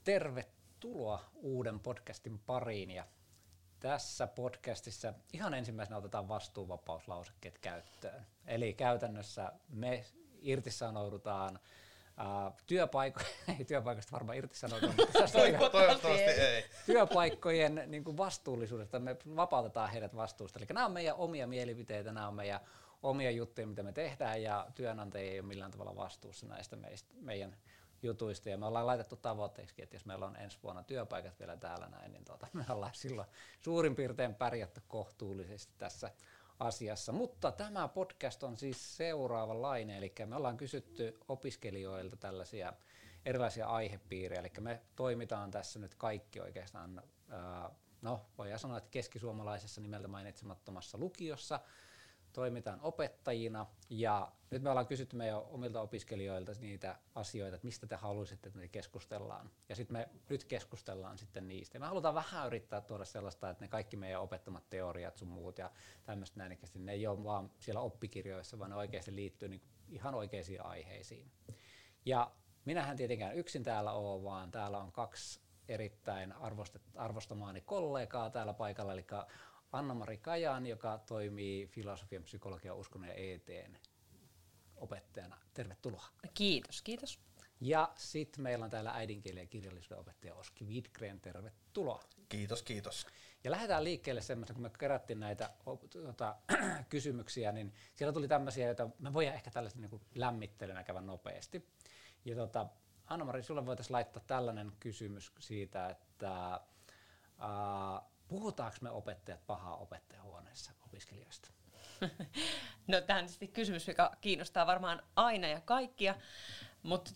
Tervetuloa uuden podcastin pariin ja tässä podcastissa ihan ensimmäisenä otetaan vastuuvapauslausekkeet käyttöön. Eli käytännössä me irtisanoudutaan työpaikoista varmaan irtisanoudutaan, toivottavasti ei. Työpaikkojen niin kuin vastuullisuudesta, me vapautetaan heidät vastuusta. Eli nämä on meidän omia mielipiteitä, nämä on meidän omia juttuja, mitä me tehdään ja työnantajia ei ole millään tavalla vastuussa näistä meidän jutuista ja me ollaan laitettu tavoitteeksi, että jos meillä on ensi vuonna työpaikat vielä täällä näin, niin me ollaan silloin suurin piirtein pärjätty kohtuullisesti tässä asiassa. Mutta tämä podcast on siis seuraavanlainen, eli me ollaan kysytty opiskelijoilta tällaisia erilaisia aihepiirejä, eli me toimitaan tässä nyt kaikki oikeastaan, voidaan sanoa, että keskisuomalaisessa nimeltä mainitsemattomassa lukiossa, toimitaan opettajina ja nyt me ollaan kysytty meidän omilta opiskelijoilta niitä asioita, että mistä te haluaisitte, että me keskustellaan. Ja sitten me nyt keskustellaan sitten niistä. Ja me halutaan vähän yrittää tuoda sellaista, että ne kaikki meidän opettamat teoriat sun muut ja tämmöistä näin, ne ei ole vaan siellä oppikirjoissa, vaan ne oikeasti liittyy niin ihan oikeisiin aiheisiin. Ja minähän tietenkään yksin täällä ole, vaan täällä on kaksi erittäin arvostamaani kollegaa täällä paikalla, eli Anna-Mari Kajan, joka toimii filosofian, psykologian, uskonnon ja ET:n opettajana. Tervetuloa. Kiitos, kiitos. Ja sitten meillä on täällä äidinkielen ja kirjallisuuden opettaja Oski Widgren. Tervetuloa. Kiitos, kiitos. Ja lähdetään liikkeelle semmoista, kun me kerättiin näitä kysymyksiä, niin siellä tuli tämmöisiä, joita me voidaan ehkä tällaista niin kuin lämmittelynä käydä nopeasti. Ja Anna-Mari, sulle voitaisiin laittaa tällainen kysymys siitä, että puhutaanko me opettajat pahaa opettajahuoneessa opiskelijoista? No tämä on tietysti kysymys, joka kiinnostaa varmaan aina ja kaikkia, mutta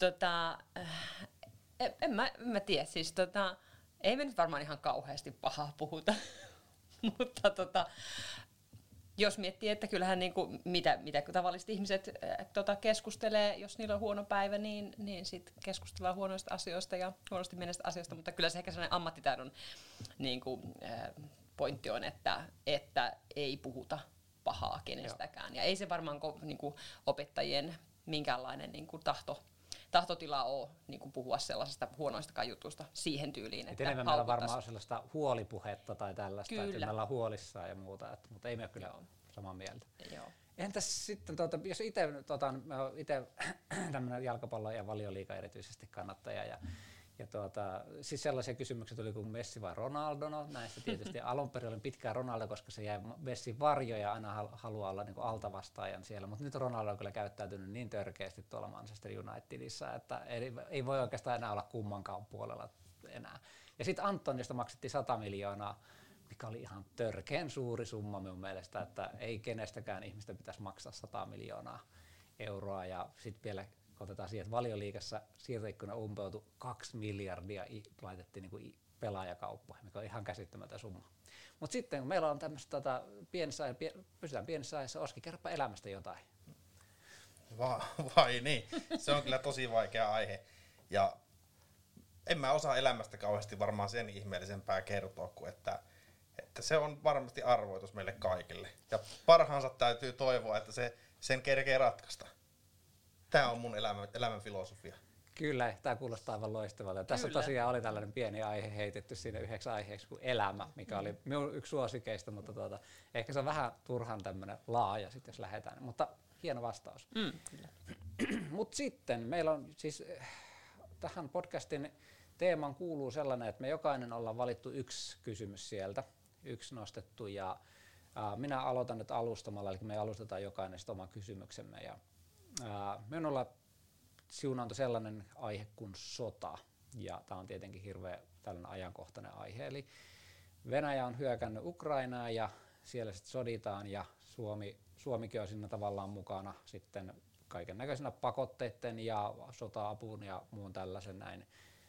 en mä tiedä, siis ei me nyt varmaan ihan kauheasti pahaa puhuta, mutta jos miettii, että kyllähän niinku, mitä tavalliset ihmiset keskustelee, jos niillä on huono päivä, niin sit keskustellaan huonoista asioista ja huonosti menneistä asioista, mutta kyllä se ehkä sellainen ammattitaidon niinku, pointti on, että ei puhuta pahaa kenestäkään. Ja ei se varmaan niinku, opettajien minkäänlainen niinku, tahtotila ole niinku, puhua sellaisesta huonoistakaan jutusta siihen tyyliin, että enemmän meillä varmaan on sellaista huolipuhetta tai tällaista, kyllä, että me ollaan huolissaan ja muuta, mutta ei me ole kyllä samaa mieltä. Joo. Entäs sitten, jos itse tämmöinen jalkapallo- ja valioliiga erityisesti kannattaja ja siis sellaisia kysymyksiä tuli kuin Messi vai Ronaldo, no näistä tietysti alun perin olin pitkään Ronaldo, koska se jäi Messin varjo ja aina haluaa olla niin kuin altavastaajan siellä, mutta nyt Ronaldo on kyllä käyttäytynyt niin törkeästi tuolla Manchester Unitedissa, että ei voi oikeastaan enää olla kummankaan puolella enää. Ja sitten Antoniosta maksettiin 100 miljoonaa, mikä oli ihan törkeän suuri summa minun mielestä, että ei kenestäkään ihmistä pitäisi maksaa 100 miljoonaa euroa ja sitten vielä otetaan siihen, että Valioliigassa siirtoikkuna umpeutui 2 miljardia laitettiin niin kuin pelaajakauppoihin, mikä on ihan käsittämätön summa. Mutta sitten kun meillä on tämmöistä pysytään pienessä ajassa, Oski, kerropa elämästä jotain. Vai niin, se on kyllä tosi vaikea aihe. Ja en mä osaa elämästä kauheasti varmaan sen ihmeellisempää kertoa, kuin että se on varmasti arvoitus meille kaikille. Ja parhaansa täytyy toivoa, että se sen kerkee ratkaista. Tämä on mun elämän filosofia. Kyllä, tämä kuulostaa aivan loistavalta. Tässä tosiaan oli tällainen pieni aihe heitetty siinä yhdeksi aiheeksi kuin elämä, mikä oli minun yksi suosikeista, mutta ehkä se on vähän turhan tämmöinen laaja, sit jos lähdetään. Mutta hieno vastaus. Kyllä. Mutta sitten meillä on siis tähän podcastin teemaan kuuluu sellainen, että me jokainen ollaan valittu yksi kysymys sieltä, yksi nostettu ja minä aloitan nyt alustamalla, eli me alustetaan jokainen oma kysymyksemme ja minulla siunaantui sellainen aihe kuin sota, ja tämä on tietenkin hirveän tällainen ajankohtainen aihe, eli Venäjä on hyökännyt Ukrainaa ja siellä sitten soditaan ja Suomikin on siinä tavallaan mukana sitten kaiken näköisenä pakotteiden ja sota-apuun ja muun tällaisen näin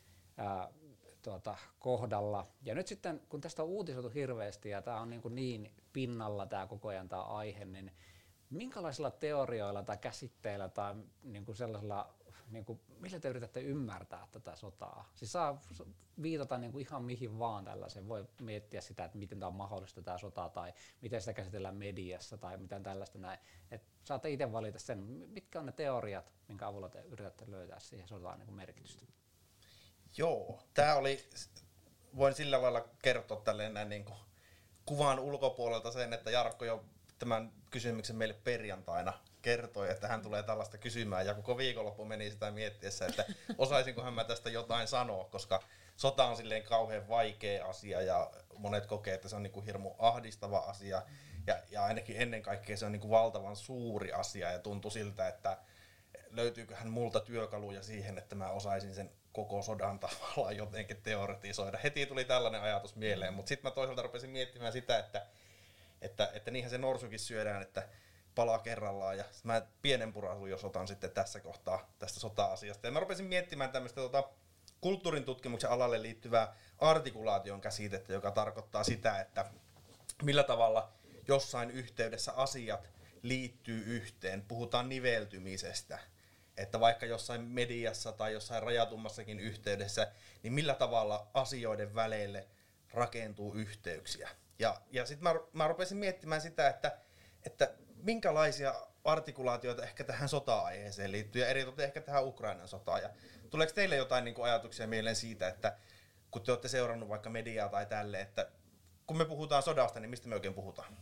kohdalla. Ja nyt sitten kun tästä on uutisoitu hirveästi ja tämä on niin pinnalla tämä koko ajan tämä aihe, niin minkälaisilla teorioilla tai käsitteillä tai sellaisilla, millä te yritätte ymmärtää tätä sotaa? Siis saa viitata ihan mihin vaan tällaisen. Voi miettiä sitä, että miten tämä on mahdollista tämä sota tai miten sitä käsitellään mediassa tai miten tällaista näin. Et saatte itse valita sen, mitkä on ne teoriat, minkä avulla te yritätte löytää siihen sotaan merkitystä. Joo, tää oli, voin sillä lailla kertoa tälleen näin niin kuin kuvan ulkopuolelta sen, että Jarkko jo tämän kysymyksen meille perjantaina kertoi, että hän tulee tällaista kysymään, ja koko viikonloppu meni sitä miettiessä, että osaisinkohan mä tästä jotain sanoa, koska sota on silleen kauhean vaikea asia ja monet kokee, että se on niin kuin hirmu ahdistava asia ja ainakin ennen kaikkea se on niin kuin valtavan suuri asia ja tuntui siltä, että löytyyköhän multa työkaluja siihen, että mä osaisin sen koko sodan tavallaan jotenkin teoretisoida. Heti tuli tällainen ajatus mieleen, mutta sitten mä toisaalta rupesin miettimään sitä, että niinhän se norsukin syödään, että palaa kerrallaan ja mä pienen purasun jos otan sitten tässä kohtaa tästä sota-asiasta. Ja mä rupesin miettimään tämmöistä kulttuurin tutkimuksen alalle liittyvää artikulaation käsitettä, joka tarkoittaa sitä, että millä tavalla jossain yhteydessä asiat liittyy yhteen. Puhutaan niveltymisestä. Että vaikka jossain mediassa tai jossain rajatummassakin yhteydessä, niin millä tavalla asioiden väleille rakentuu yhteyksiä. Ja sitten mä rupesin miettimään sitä, että minkälaisia artikulaatioita ehkä tähän sota-aiheeseen liittyy ja eritoten ehkä tähän Ukrainan sotaan. Ja tuleeko teille jotain niin kuin ajatuksia mieleen siitä, että kun te olette seurannut vaikka mediaa tai tälle, että kun me puhutaan sodasta, niin mistä me oikein puhutaan?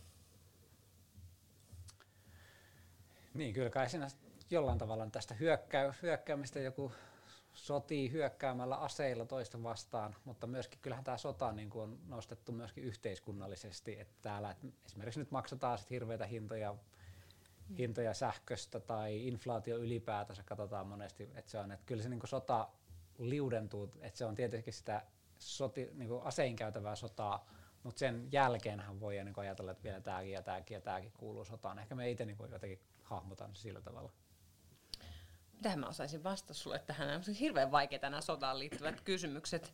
Niin, kyllä kai siinä jollain tavalla tästä hyökkäämistä joku sotii hyökkäämällä aseilla toista vastaan, mutta myöskin kyllähän tämä sota niin kuin on nostettu myöskin yhteiskunnallisesti, että täällä että esimerkiksi nyt maksetaan sit hirveitä hintoja sähköstä tai inflaatio ylipäätänsä katsotaan monesti, että se on, että kyllä se niin kuin sota liudentuu, että se on tietenkin sitä niin kuin asein käytävää sotaa, mutta sen jälkeenhän voi niin kuin ajatella, että vielä tämäkin ja tämäkin ja tämäkin kuuluu sotaan. Ehkä me itse niin kuin jotenkin hahmotan sillä tavalla. Mitähän mä osaisin vastata sulle tähän? On hirveän vaikeita nämä sotaan liittyvät kysymykset.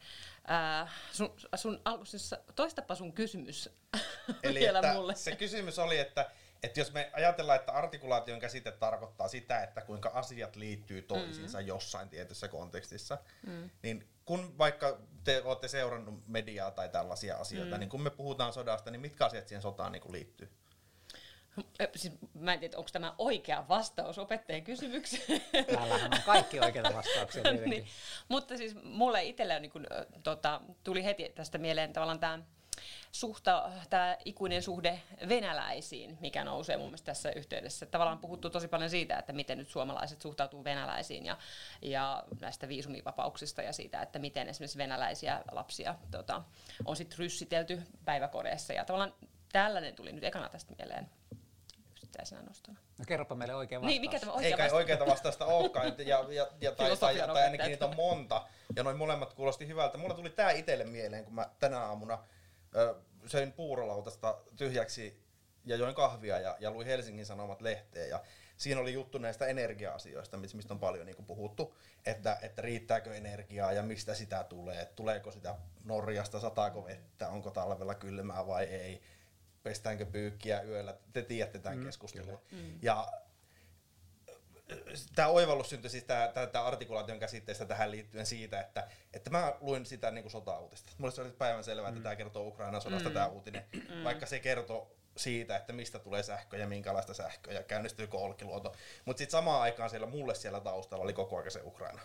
Toistapa sun kysymys Eli vielä että mulle. Se kysymys oli, että jos me ajatellaan, että artikulaation käsite tarkoittaa sitä, että kuinka asiat liittyy toisiinsa jossain tietyssä kontekstissa, niin kun vaikka te olette seurannut mediaa tai tällaisia asioita, niin kun me puhutaan sodasta, niin mitkä asiat siihen sotaan niin kuin liittyy? Siis, mä en tiedä, onko tämä oikea vastaus opettajan kysymykseen. Täällähän on kaikki oikeita vastauksia tietenkin. Niin, mutta siis mulle itselle niin tuli heti tästä mieleen tavallaan tämä ikuinen suhde venäläisiin, mikä nousee mun mielestä tässä yhteydessä. Tavallaan puhuttu tosi paljon siitä, että miten nyt suomalaiset suhtautuu venäläisiin ja näistä viisumivapauksista ja siitä, että miten esimerkiksi venäläisiä lapsia on sitten ryssitelty päiväkodeissa. Ja tavallaan tällainen tuli nyt ekana tästä mieleen yksittäisenä nostona. No kerropa meille oikea vastaus. Niin, mikä tämä oikea Ei kai vastaus? oikeata vastausta olekaan, tai ainakin niitä on monta, ja noin molemmat kuulosti hyvältä. Mulla tuli tää itselle mieleen, kun mä tänä aamuna söin puurolautasta tyhjäksi ja join kahvia ja luin Helsingin Sanomat lehteä, ja siinä oli juttu näistä energia-asioista, mistä on paljon niin kuin puhuttu, että riittääkö energiaa ja mistä sitä tulee, tuleeko sitä Norjasta, sataako vettä, onko talvella kylmää vai ei, pestäänkö pyykkiä yöllä, te tiedätte tämän keskustelun. Ja tämä oivallus syntyi siis tämä artikulaation käsitteestä tähän liittyen siitä, että mä luin sitä niin kuin sota-uutista. Mulle se oli päivän selvää, että tämä kertoo Ukrainan sodasta tämä uutinen, vaikka se kertoo siitä, että mistä tulee sähkö ja minkälaista sähköä ja käynnistyykö Olkiluoto. Mutta sitten samaan aikaan mulle siellä taustalla oli koko ajan se Ukraina.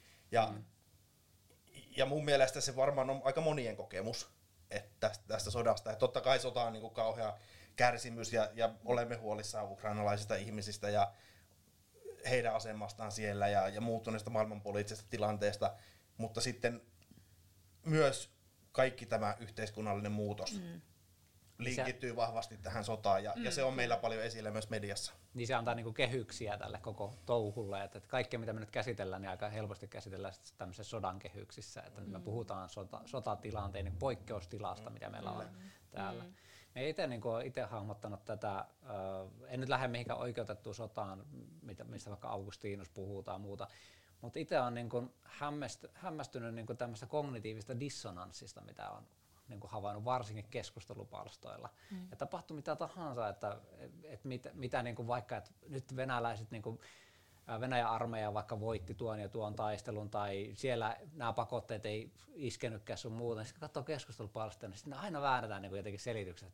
Ja mun mielestä se varmaan on aika monien kokemus että tästä sodasta. Et totta kai sota on niin kuin kauhea kärsimys ja olemme huolissaan ukrainalaisista ihmisistä ja heidän asemastaan siellä ja muuttuneesta maailmanpoliittisesta tilanteesta, mutta sitten myös kaikki tämä yhteiskunnallinen muutos linkittyy vahvasti tähän sotaan ja se on meillä paljon esillä myös mediassa. Niin se antaa niinku kehyksiä tälle koko touhulle, että kaikkea mitä me nyt käsitellään, niin aika helposti käsitellään tämmöisessä sodan kehyksissä, että me puhutaan sotatilanteen niin poikkeustilasta, mitä meillä on täällä. Me itse niinku hahmottanut tätä, en nyt lähde mihinkään oikeutettuun sotaan, mistä vaikka Augustinus puhuu tai muuta, mutta itse olen niinku hämmästynyt niinku tämmöistä kognitiivista dissonanssista, mitä on niinku havainnut varsinkin keskustelupalstoilla. Ja tapahtui mitä tahansa, että mitä niinku vaikka, että nyt venäläiset niinku Venäjän armeija vaikka voitti tuon ja tuon taistelun tai siellä nämä pakotteet ei iskenytkään sun muuta, niin sitten katsoo keskustelupalstoja, niin sitten aina väännetään niinku jotenkin selitykset, että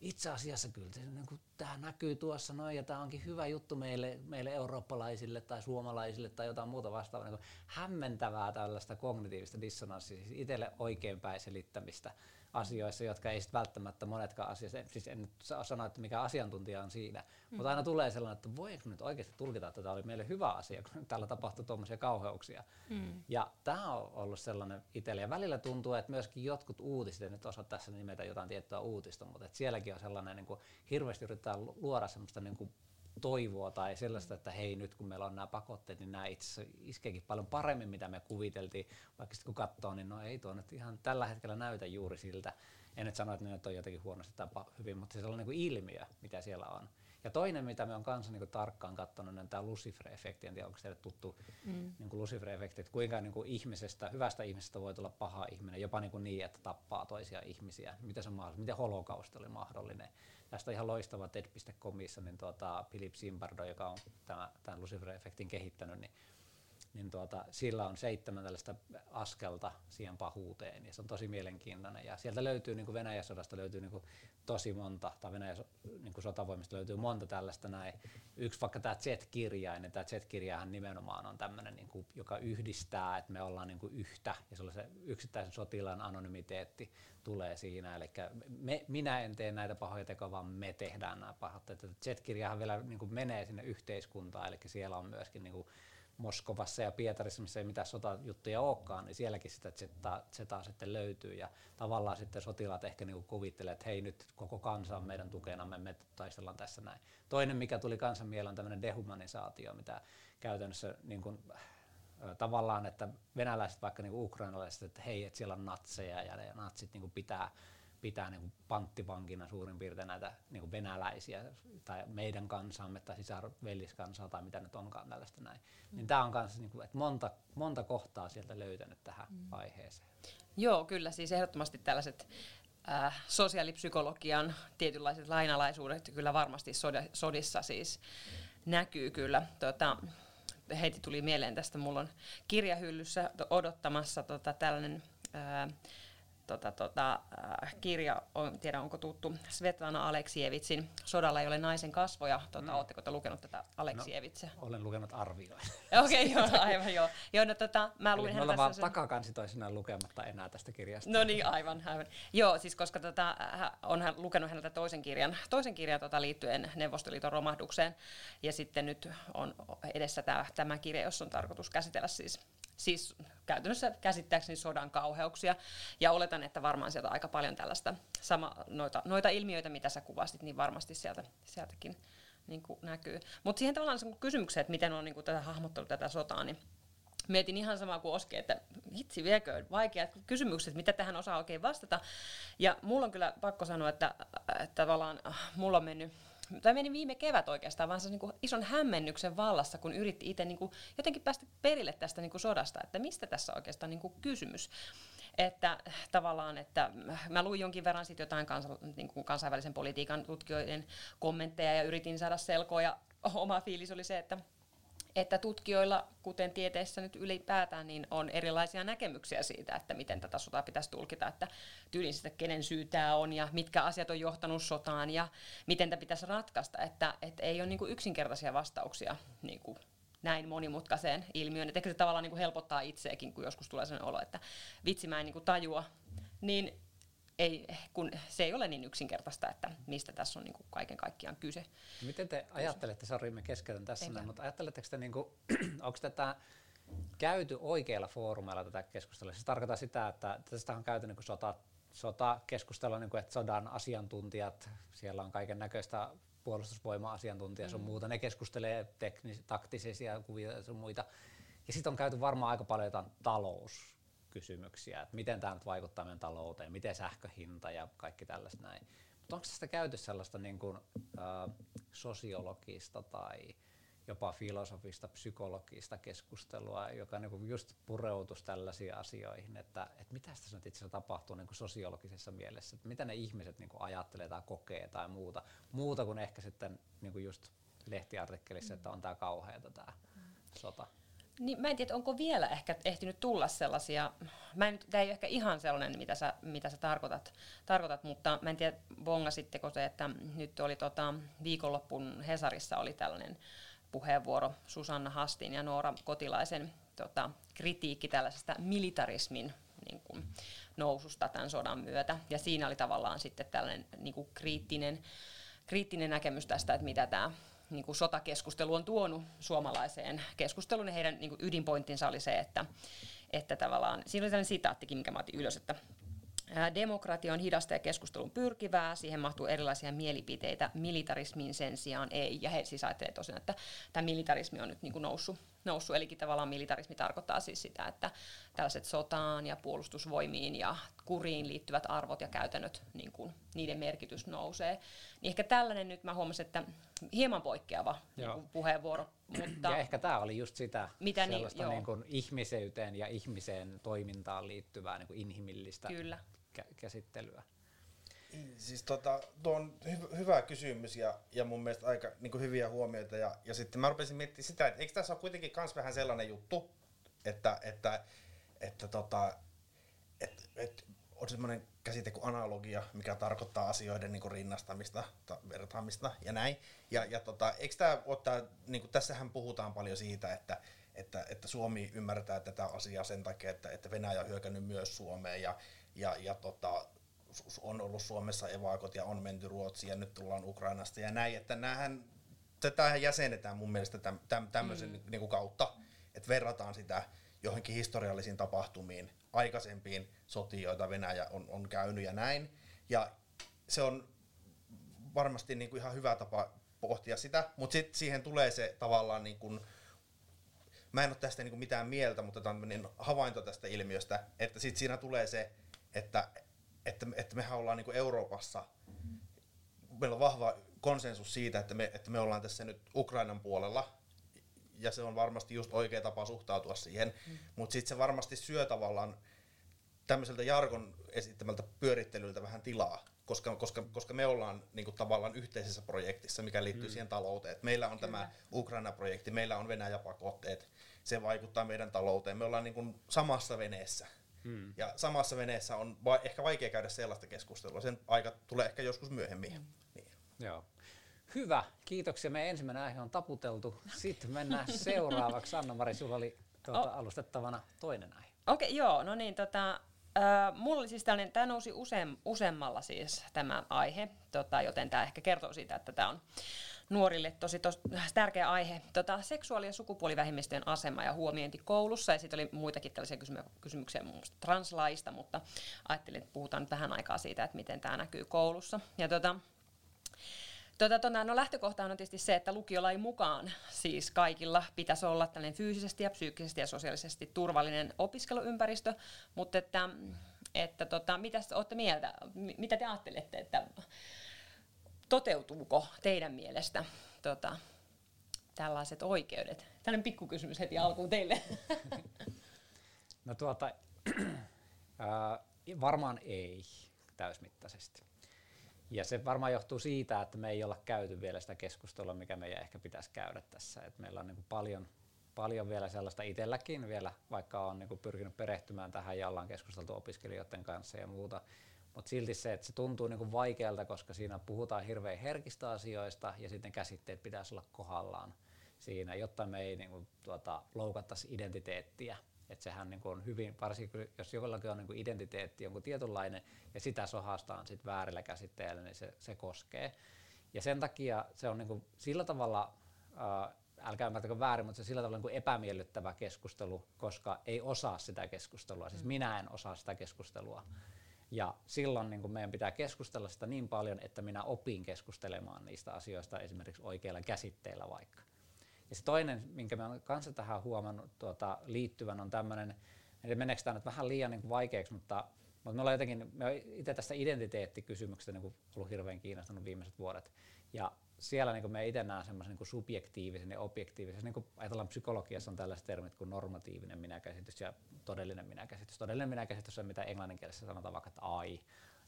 itse asiassa kyllä niin tämä näkyy tuossa noin ja tämä onkin hyvä juttu meille eurooppalaisille tai suomalaisille tai jotain muuta vastaavaa. Niin hämmentävää tällaista kognitiivista dissonanssia, siis itselle oikeinpäin selittämistä asioissa, jotka ei sitten välttämättä monetkaan asiat, siis en nyt sano, että mikä asiantuntija on siinä, mutta aina tulee sellainen, että voinko nyt oikeasti tulkita, että tämä oli meille hyvä asia, kun täällä tapahtui tuommoisia kauheuksia. Ja tämä on ollut sellainen itselle, ja välillä tuntuu, että myöskin jotkut uutiset, en nyt osaa tässä nimetä jotain tiettyä uutista, mutta että sielläkin on sellainen, niin kuin hirveästi yrittää luoda semmoista niin kuin toivoa tai sellaista, että hei nyt kun meillä on nämä pakotteet, niin nämä itse asiassa iskeekin paljon paremmin, mitä me kuviteltiin, vaikka sitten kun katsoo, niin no ei tuo nyt ihan tällä hetkellä näytä juuri siltä. En nyt sano, että ne nyt on jotenkin huonosti tai hyvin, mutta se on niin kuin ilmiö, mitä siellä on. Ja toinen, mitä me on kanssa niin tarkkaan katsonut, on tämä Lucifer-efekti. En tiedä, onko teille tuttu niin Lucifer-efekti, että kuinka niin kuin hyvästä ihmisestä voi tulla paha ihminen, jopa niin, että tappaa toisia ihmisiä. Miten se on mahdollista? Miten holokausti oli mahdollinen? Tästä on ihan loistava TED.comissa, niin Philip Zimbardo, joka on tämän Lucifer-efektin kehittänyt, niin sillä on 7 tällaista askelta siihen pahuuteen, ja se on tosi mielenkiintoinen. Ja sieltä löytyy, niin kuin Venäjän sodasta löytyy niin kuin tosi monta, tai Venäjän niin kuin sotavoimista löytyy monta tällaista näin. Yksi vaikka tämä Z-kirjain, tämä Z-kirjahan nimenomaan on tämmöinen, niin kuin, joka yhdistää, että me ollaan niin kuin yhtä, ja se on se yksittäisen sotilaan anonymiteetti tulee siinä, eli minä en tee näitä pahoja tekoja, vaan me tehdään nämä pahat. Z-kirjahan vielä niin kuin menee sinne yhteiskuntaan, eli siellä on myöskin niin kuin Moskovassa ja Pietarissa, missä ei mitään sotajuttuja olekaan, niin sielläkin sitä Zetaa sitten löytyy, ja tavallaan sitten sotilaat ehkä niinku kuvittelee, että hei nyt koko kansa on meidän tukenamme, me taistellaan tässä näin. Toinen, mikä tuli kansan mieleen, on tämmöinen dehumanisaatio, mitä käytännössä niin kuin, tavallaan, että venäläiset vaikka niin kuin ukrainalaiset, että hei, että siellä on natseja ja ne natsit niin kuin pitää niin kuin panttivankina suurin piirtein näitä niin kuin venäläisiä tai meidän kansaamme tai sisarvelliskansaa tai mitä nyt onkaan tällaista näin. Niin tämä on kanssa, niin kuin, että monta kohtaa sieltä löytänyt tähän aiheeseen. Joo, kyllä siis ehdottomasti tällaiset sosiaalipsykologian tietynlaiset lainalaisuudet kyllä varmasti sodissa siis näkyy kyllä. Heti tuli mieleen tästä, mulla on kirjahyllyssä odottamassa tällainen kirja, en tiedä onko tuttu, Svetlana Aleksijevitsin Sodalla ei ole naisen kasvoja. Oletteko te lukenut tätä Aleksijevitsia? No, olen lukenut arvioita. Okei, joo, aivan joo. Mä luin me ollaan vaan takakansi toisinaan lukematta enää tästä kirjasta. No niin, aivan. Joo, siis koska on hän lukenut häneltä toisen kirjan liittyen Neuvostoliiton romahdukseen, ja sitten nyt on edessä tämä kirja, jossa on tarkoitus käsitellä siis käytännössä käsittääkseni sodan kauheuksia, ja oletan, että varmaan sieltä aika paljon tällaista noita ilmiöitä, mitä sä kuvasit, niin varmasti sieltäkin niin kuin näkyy. Mutta siihen tavallaan se kysymykseen, että miten on niin kuin tätä hahmottanut tätä sotaa, niin mietin ihan samaa kuin Oski, että hitsi viekö vaikeat kysymykset, mitä tähän osaa oikein vastata. Ja mulla on kyllä pakko sanoa, että tavallaan mulla on meni viime kevät oikeastaan vaan se niin ison hämmennyksen vallassa, kun yritti itse niin jotenkin päästä perille tästä niin sodasta, että mistä tässä oikeastaan niin kysymys. Että tavallaan, että mä luin jonkin verran sit jotain niin kansainvälisen politiikan tutkijoiden kommentteja ja yritin saada selkoa, ja oma fiilis oli se, että tutkijoilla, kuten tieteessä nyt ylipäätään, niin on erilaisia näkemyksiä siitä, että miten tätä sotaa pitäisi tulkita, että tyylin sitä, kenen syy tämä on ja mitkä asiat on johtanut sotaan ja miten tämä pitäisi ratkaista, että ei ole niinku yksinkertaisia vastauksia niinku näin monimutkaiseen ilmiöön. Et ehkä se tavallaan niinku helpottaa itseäkin, kun joskus tulee sellainen olo, että vitsi mä en niinku tajua, niin kun se ei ole niin yksinkertaista, että mistä tässä on niinku kaiken kaikkiaan kyse. Miten te ajattelette, sori me keskeytän tässä näin, mutta ajatteletteko te, niinku, onko tätä käyty oikeilla foorumeilla tätä keskustelua? Se tarkoittaa sitä, että tästä on käyty niinku sotakeskustelua, niinku, että sodan asiantuntijat, siellä on kaiken näköistä puolustusvoima-asiantuntijaa, sun muuta, ne keskustelee taktisia kuvia ja sun muita. Ja sitten on käyty varmaan aika paljon jotain talouskysymyksiä, että miten tämä nyt vaikuttaa meidän talouteen, miten sähköhinta ja kaikki tällaista näin. Mutta onko tästä käyty sellaista niin kuin, sosiologista tai jopa filosofista, psykologista keskustelua, joka niin kuin just pureutuisi tällaisiin asioihin, että mitä tässä nyt itse asiassa tapahtuu niin kuin sosiologisessa mielessä, että mitä ne ihmiset niin kuin ajattelee tai kokee tai muuta kuin ehkä sitten niin kuin just lehtiartikkelissa, että on tämä kauheata tämä sota. Niin, mä en tiedä, onko vielä ehkä ehtinyt tulla sellaisia, tämä ei ole ehkä ihan sellainen, mitä sä tarkoitat, mutta mä en tiedä, bongasitteko se, että nyt oli viikonloppun Hesarissa oli tällainen puheenvuoro Susanna Hastin ja Noora Kotilaisen kritiikki tällaisesta militarismin niin kuin noususta tämän sodan myötä. Ja siinä oli tavallaan sitten tällainen niin kuin kriittinen näkemys tästä, että mitä tämä niin kuin sotakeskustelu on tuonut suomalaiseen keskusteluun. Ja heidän niin kuin ydinpointtinsa oli se, että tavallaan, siinä oli tällainen sitaattikin, minkä mä otin ylös, että demokratia on hidasta ja keskustelun pyrkivää, siihen mahtuu erilaisia mielipiteitä, militarismiin sen sijaan ei. Ja he siis ajattelee tosiaan, että tämä militarismi on nyt niin kuin noussut, eli tavallaan militarismi tarkoittaa siis sitä, että tällaiset sotaan ja puolustusvoimiin ja kuriin liittyvät arvot ja käytännöt, niin kuin niiden merkitys nousee. Niin ehkä tällainen nyt mä huomasin, että hieman poikkeava niin puheenvuoro. Mutta ja ehkä tämä oli just sitä mitä sellaista niin kuin ihmiseyteen ja ihmiseen toimintaan liittyvää niin kuin inhimillistä käsittelyä. Siis tuo on hyvä kysymys ja mun mielestä aika niin kuin hyviä huomioita. Ja sitten mä rupesin miettimään sitä, että eikö tässä ole kuitenkin kans vähän sellainen juttu, että on semmoinen käsite kuin analogia, mikä tarkoittaa asioiden niin kuin rinnastamista, vertaamista ja näin. Eikö tämä ole niin kuin tässähän puhutaan paljon siitä, että Suomi ymmärtää tätä asiaa sen takia, että Venäjä on hyökännyt myös Suomeen ja on ollut Suomessa evakot ja on menty Ruotsiin ja nyt tullaan Ukrainasta ja näin, että tätähän jäsenetään mun mielestä tämmöisen niin kuin kautta, että verrataan sitä johonkin historiallisiin tapahtumiin, aikaisempiin sotiin, joita Venäjä on käynyt ja näin. Ja se on varmasti niin kuin ihan hyvä tapa pohtia sitä, mutta sitten siihen tulee se tavallaan, niin kuin, mä en ole tästä niin kuin mitään mieltä, mutta tämmöinen havainto tästä ilmiöstä, että sitten siinä tulee se, että mehän ollaan niin kuin Euroopassa, meillä on vahva konsensus siitä, että me ollaan tässä nyt Ukrainan puolella, ja se on varmasti just oikea tapa suhtautua siihen, mutta sitten se varmasti syö tavallaan tämmöiseltä jargon esittämältä pyörittelyltä vähän tilaa, koska me ollaan niinku tavallaan yhteisessä projektissa, mikä liittyy siihen talouteen. Et meillä on tämä Ukraina-projekti, meillä on Venäjä-pakotteet, se vaikuttaa meidän talouteen, me ollaan niinku samassa veneessä. Ja samassa veneessä on ehkä vaikea käydä sellaista keskustelua, sen aika tulee ehkä joskus myöhemmin. Niin. Joo. Hyvä, kiitoksia. Meidän ensimmäinen aihe on taputeltu. Sitten mennään seuraavaksi. Anna-Mari, sulla oli alustettavana toinen aihe. Okei, joo, no niin, mulla oli siis tällainen, tämä nousi useammalla siis tämä aihe, joten tämä ehkä kertoo siitä, että tämä on nuorille tosi tärkeä aihe. Seksuaali- ja sukupuolivähemmistöjen asema ja huomiointi koulussa, ja sitten oli muitakin tällaisia kysymyksiä muun muassa translaista, mutta ajattelin, että puhutaan nyt vähän aikaa siitä, että miten tämä näkyy koulussa. Ja no lähtökohta on tietysti se, että lukiolain mukaan siis kaikilla pitäisi olla tällainen fyysisesti ja psyykkisesti ja sosiaalisesti turvallinen opiskeluympäristö, mutta mitä olette mieltä, mitä te ajattelette, että toteutuuko teidän mielestä tällaiset oikeudet? Tällainen pikkukysymys heti alkuun teille. No varmaan ei täysmittaisesti. Ja se varmaan johtuu siitä, että me ei olla käyty vielä sitä keskustelua, mikä meidän ehkä pitäisi käydä tässä. Et meillä on niin kuin paljon vielä sellaista itselläkin, vielä, vaikka on niin kuin pyrkinyt perehtymään tähän ja ollaan keskusteltu opiskelijoiden kanssa ja muuta. Mutta silti se, että se tuntuu niin kuin vaikealta, koska siinä puhutaan hirveän herkistä asioista ja sitten käsitteet pitäisi olla kohdallaan siinä, jotta me ei niin kuin, loukattaisi identiteettiä. Että sehän niin kuin on hyvin, varsinkin jos jollakin on niin kuin identiteetti jonkun tietynlainen ja sitä sohastaan sit väärillä käsitteillä, niin se koskee. Ja sen takia se on niin kuin sillä tavalla, älkää ymmärtäkö väärin, mutta se on sillä tavalla niin kuin epämiellyttävä keskustelu, koska ei osaa sitä keskustelua. Siis minä en osaa sitä keskustelua. Ja silloin niin kuin meidän pitää keskustella sitä niin paljon, että minä opin keskustelemaan niistä asioista esimerkiksi oikeilla käsitteillä vaikka. Ja se toinen, minkä mä olen kanssa tähän huomannut liittyvän, on tämmöinen, että meneekö tämä nyt vähän liian niin kuin vaikeaksi, mutta me ollaan jotenkin, itse tästä identiteettikysymyksestä niin kuin ollut hirveän kiinnostunut viimeiset vuodet. Ja siellä niin kuin me itse näen semmoisen niin kuin subjektiivisen ja objektiivisen, niin kuin ajatellaan psykologiassa on tällaiset termit kuin normatiivinen minäkäsitys ja todellinen minäkäsitys. Todellinen minäkäsitys on mitä englanninkielessä sanotaan vaikka, että I,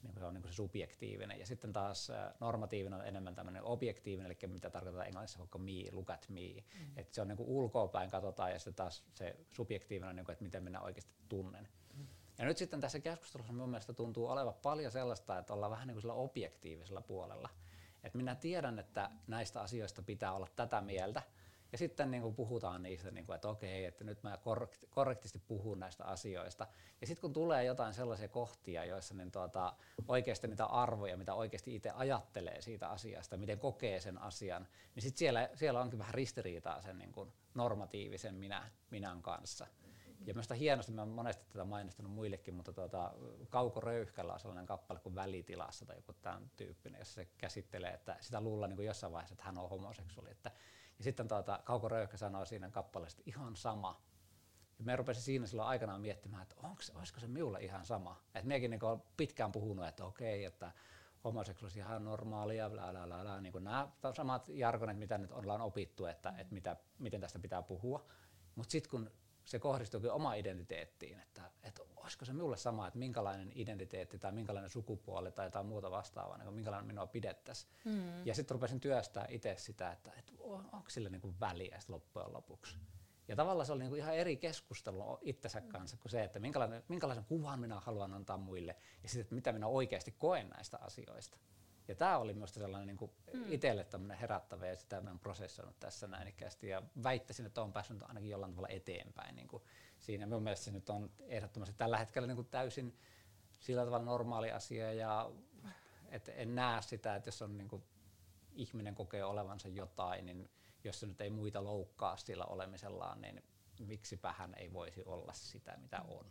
niin se on niin se subjektiivinen. Ja sitten taas normatiivinen on enemmän tämmöinen objektiivinen, eli mitä tarkoittaa englannissa vaikka me, look at me. Että se on niin ulkoapäin katsotaan ja sitten taas se subjektiivinen on, niin kuin, että miten minä oikeasti tunnen. Ja nyt sitten tässä keskustelussa mun mielestä tuntuu olevan paljon sellaista, että ollaan vähän niin kuin sillä objektiivisella puolella. Että minä tiedän, että näistä asioista pitää olla tätä mieltä. Ja sitten niin kuin puhutaan niistä, niin kuin, että okei, että nyt mä korrektisti puhun näistä asioista. Ja sitten kun tulee jotain sellaisia kohtia, joissa niin oikeasti niitä arvoja, mitä oikeasti itse ajattelee siitä asiasta, miten kokee sen asian, niin sitten siellä onkin vähän ristiriitaa sen niin kuin normatiivisen minän kanssa. Ja minusta hienosti, mä olen monesti tätä mainostanut muillekin, mutta Kauko Röyhkällä on sellainen kappale kuin Välitilassa tai joku tämän tyyppinen, jossa se käsittelee, että sitä luullaan niin kuin jossain vaiheessa, että hän on homoseksuaali. Ja sitten Kauko Röyhkä sanoo siinä kappaleessa, että ihan sama. Ja mä rupesin siinä silloin aikanaan miettimään, että olisiko se minulle ihan sama. Että minäkin niin olen pitkään puhunut, että okei, että homoseksuaalisuus on ihan normaalia, niin kuin nämä samat jargonit, mitä nyt ollaan opittu, että miten tästä pitää puhua. Mutta sitten kun se kohdistuukin omaan identiteettiin, että olisiko se minulle sama, että minkälainen identiteetti tai minkälainen sukupuoli tai jotain muuta vastaavaa, niin minkälainen minua pidettäisiin. Ja sitten rupesin työstää itse sitä, että onko sillä niin kuin väliä loppujen lopuksi. Ja tavallaan se oli niin kuin ihan eri keskustelu itsensä kanssa kuin se, että minkälaisen kuvan minä haluan antaa muille ja sitten, että mitä minä oikeasti koen näistä asioista. Ja tämä oli minusta sellainen niin kuin itselle tämmöinen herättävä ja sitä olen prosessoinut tässä näinikästi ja väittäisin, että olen päässyt ainakin jollain tavalla eteenpäin niin kuin siinä. Minun mielestä se nyt on ehdottomasti tällä hetkellä niin kuin täysin sillä tavalla normaali asia ja et en näe sitä, että jos on niin kuin ihminen kokee olevansa jotain, niin jos se nyt ei muita loukkaa sillä olemisellaan, niin miksipä hän ei voisi olla sitä, mitä on.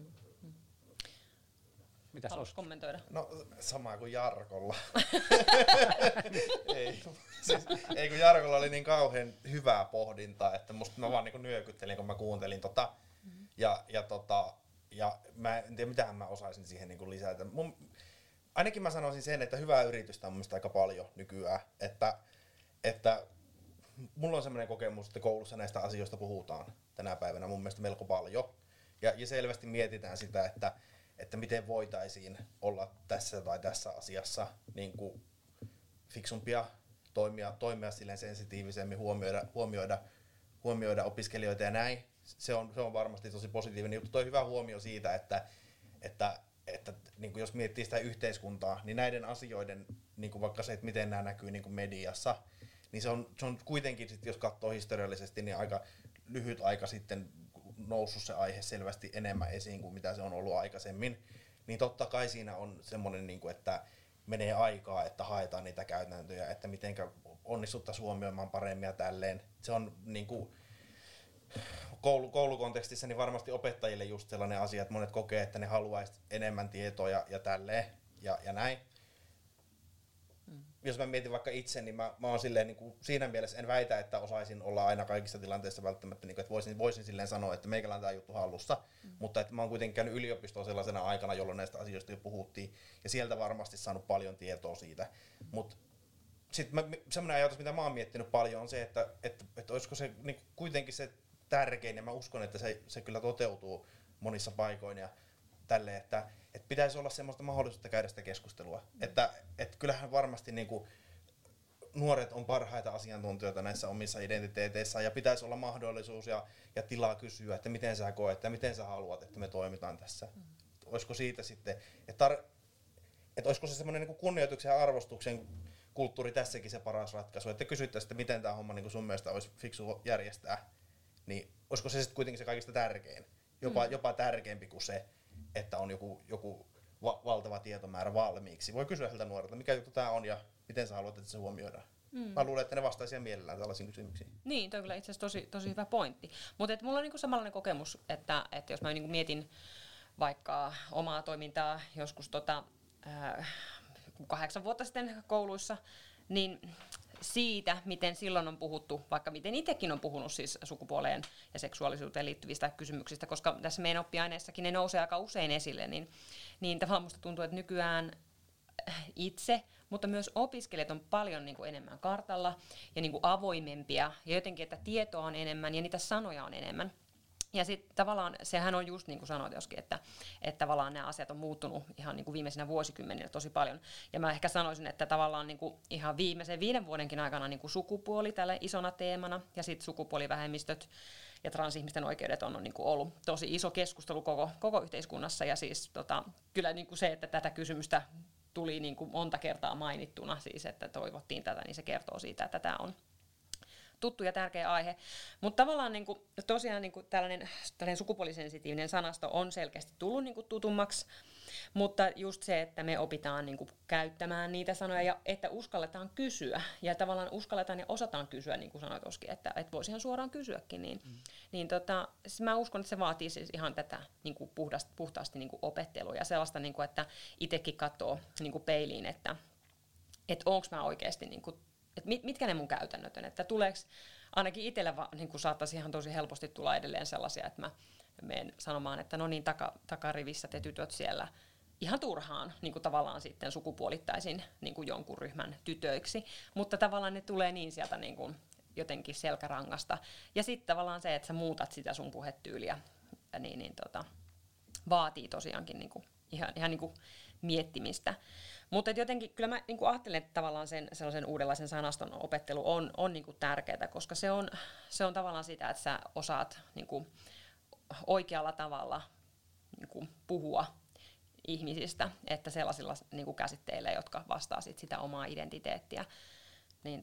Mitäs haluaisi kommentoida? No samaa kuin Jarkolla. ei kun Jarkolla oli niin kauhean hyvää pohdintaa, että mä vaan niin nyökyttelin, kun mä kuuntelin ja mä en tiedä mitähän mä osaisin siihen niin lisätä. Ainakin mä sanoisin sen, että hyvää yritystä on mun mielestä aika paljon nykyään, että mulla on semmoinen kokemus, että koulussa näistä asioista puhutaan tänä päivänä mun mielestä melko paljon ja selvästi mietitään sitä, että miten voitaisiin olla tässä tai tässä asiassa niin kuin fiksumpia, toimia silleen sensitiivisemmin, huomioida opiskelijoita ja näin. Se on varmasti tosi positiivinen juttu. Toi hyvä huomio siitä, että niin kuin jos miettii sitä yhteiskuntaa, niin näiden asioiden, niin kuin vaikka se, että miten nämä näkyy niin kuin mediassa, niin se on kuitenkin, sit, jos katsoo historiallisesti, niin aika lyhyt aika sitten noussut se aihe selvästi enemmän esiin kuin mitä se on ollut aikaisemmin, niin totta kai siinä on semmoinen, niin kuin, että menee aikaa, että haetaan niitä käytäntöjä, että mitenkä onnistuttaisiin huomioimaan paremmin ja tälleen. Se on niin kuin koulukontekstissa niin varmasti opettajille just sellainen asia, että monet kokee, että ne haluaisi enemmän tietoa ja tälleen ja näin. Jos mä mietin vaikka itse, niin mä oon silleen, niin kuin, siinä mielessä en väitä, että osaisin olla aina kaikissa tilanteissa välttämättä, niin kuin, että voisin silleen sanoa, että meikällä on tää juttu hallussa, mutta että mä oon kuitenkin käynyt yliopistoon sellaisena aikana, jolloin näistä asioista jo puhuttiin, ja sieltä varmasti saanut paljon tietoa siitä. Mutta sitten semmoinen ajatus, mitä mä oon miettinyt paljon, on se, että olisiko se niin kuitenkin se tärkein, ja mä uskon, että se kyllä toteutuu monissa paikoin, ja tälleen, että pitäisi olla semmoista mahdollisuutta käydä sitä keskustelua. Että kyllähän varmasti niinku nuoret on parhaita asiantuntijoita näissä omissa identiteeteissään ja pitäisi olla mahdollisuus ja tilaa kysyä, että miten sä koet ja miten sä haluat, että me toimitaan tässä. Olisiko siitä sitten, että olisiko se semmoinen niinku kunnioituksen ja arvostuksen kulttuuri tässäkin se paras ratkaisu, että kysyttäisiin, että miten tämä homma niinku sun mielestä olisi fiksu järjestää, niin olisiko se sitten kuitenkin se kaikista tärkein, jopa tärkeämpi kuin se, että on joku valtava tietomäärä valmiiksi. Voi kysyä siltä nuorelta, mikä juttu tämä on ja miten sä haluat, että se huomioidaan. Mä luulen, että ne vastaisivat mielellään tällaisiin kysymyksiin. Niin, toi on kyllä itse asiassa tosi hyvä pointti. Mutta mulla on niinku samanlainen kokemus, että jos mä niinku mietin vaikka omaa toimintaa joskus 8 vuotta sitten kouluissa, niin siitä, miten silloin on puhuttu, vaikka miten itsekin on puhunut siis sukupuoleen ja seksuaalisuuteen liittyvistä kysymyksistä, koska tässä meidän oppiaineessakin ne nousee aika usein esille, niin tavallaan musta tuntuu, että nykyään itse, mutta myös opiskelijat on paljon niin kuin enemmän kartalla ja niin kuin avoimempia ja jotenkin, että tietoa on enemmän ja niitä sanoja on enemmän. Ja sitten tavallaan sehän on just niin kuin sanoit joskin, että tavallaan nämä asiat on muuttunut ihan niin kuin viimeisinä vuosikymmeninä tosi paljon. Ja mä ehkä sanoisin, että tavallaan niin kuin ihan viimeisen 5 vuodenkin aikana niin kuin sukupuoli tällä isona teemana ja sitten sukupuolivähemmistöt ja transihmisten oikeudet on niin kuin ollut tosi iso keskustelu koko yhteiskunnassa. Ja siis kyllä niin kuin se, että tätä kysymystä tuli niin kuin monta kertaa mainittuna, siis että toivottiin tätä, niin se kertoo siitä, että tämä on tuttu ja tärkeä aihe. Mutta tavallaan niin kuin, tosiaan niin kuin tällainen sukupuolisensitiivinen sanasto on selkeästi tullut niin kuin tutummaksi, mutta just se, että me opitaan niin kuin käyttämään niitä sanoja ja että uskalletaan kysyä ja tavallaan uskalletaan ja osataan kysyä, niin kuin sanoit Oski, että voisi ihan suoraan kysyäkin, niin mä uskon, että se vaatii siis ihan tätä niin kuin puhtaasti niin kuin opettelua ja sellaista, niin kuin, että itsekin katsoo niin kuin peiliin, että onko mä oikeasti niin kuin, että mitkä ne mun käytännöt on, että tuleeko, ainakin itsellä niin saattaisi ihan tosi helposti tulla edelleen sellaisia, että mä menen sanomaan, että no niin, takarivissä te tytöt siellä ihan turhaan niin kuin tavallaan sitten sukupuolittaisin niin kuin jonkun ryhmän tytöiksi, mutta tavallaan ne tulee niin sieltä niin kuin jotenkin selkärangasta. Ja sitten tavallaan se, että sä muutat sitä sun puhetyyliä, vaatii tosiaankin niin kuin ihan niin kuin miettimistä. Mutta jotenkin kyllä mä niinku ajattelen, että tavallaan sellaisen uudenlaisen sanaston opettelu on niinku tärkeää, koska se on tavallaan sitä, että sä osaat niinku oikealla tavalla niinku puhua ihmisistä, että sellaisilla niinku käsitteillä, jotka vastaa sitä omaa identiteettiä. Niin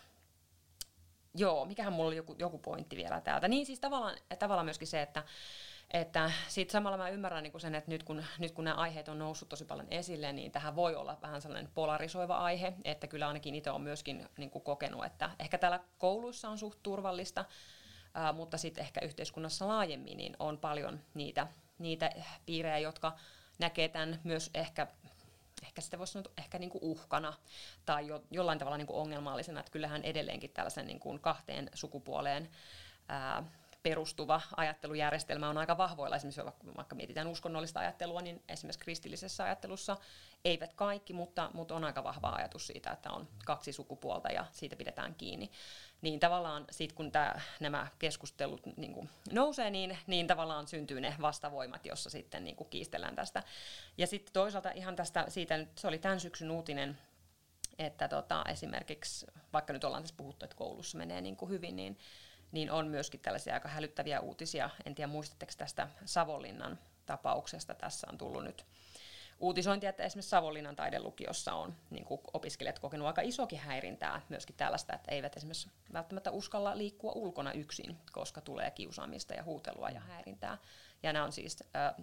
joo, mikähän mulla oli joku pointti vielä täältä. Niin siis tavallaan myöskin se, että sitten samalla mä ymmärrän niin sen, että nyt kun nämä aiheet on noussut tosi paljon esille, niin tähän voi olla vähän sellainen polarisoiva aihe, että kyllä ainakin itse olen myöskin niin kuin kokenut, että ehkä täällä kouluissa on suht turvallista, mutta sitten ehkä yhteiskunnassa laajemmin niin on paljon niitä piirejä, jotka näkee tämän myös ehkä sitä voisi sanoa ehkä niin kuin uhkana tai jollain tavalla niin kuin ongelmallisena, että kyllähän edelleenkin tällaisen niin kuin 2 sukupuoleen perustuva ajattelujärjestelmä on aika vahvoilla. Esimerkiksi vaikka mietitään uskonnollista ajattelua, niin esimerkiksi kristillisessä ajattelussa eivät kaikki, mutta on aika vahva ajatus siitä, että on 2 sukupuolta ja siitä pidetään kiinni. Niin tavallaan sit kun nämä keskustelut niin kuin nousee, niin tavallaan syntyy ne vastavoimat, jossa sitten niin kuin kiistellään tästä. Ja sitten toisaalta ihan siitä, se oli tämän syksyn uutinen, että esimerkiksi, vaikka nyt ollaan tässä puhuttu, että koulussa menee niin kuin hyvin, niin on myöskin tällaisia aika hälyttäviä uutisia. En tiedä, muistatteko tästä Savonlinnan tapauksesta. Tässä on tullut nyt uutisointia, että esimerkiksi Savonlinnan taidelukiossa on niin kuin opiskelijat kokenut aika isokin häirintää, myöskin tällaista, että eivät esimerkiksi välttämättä uskalla liikkua ulkona yksin, koska tulee kiusaamista ja huutelua ja häirintää. Ja nämä on siis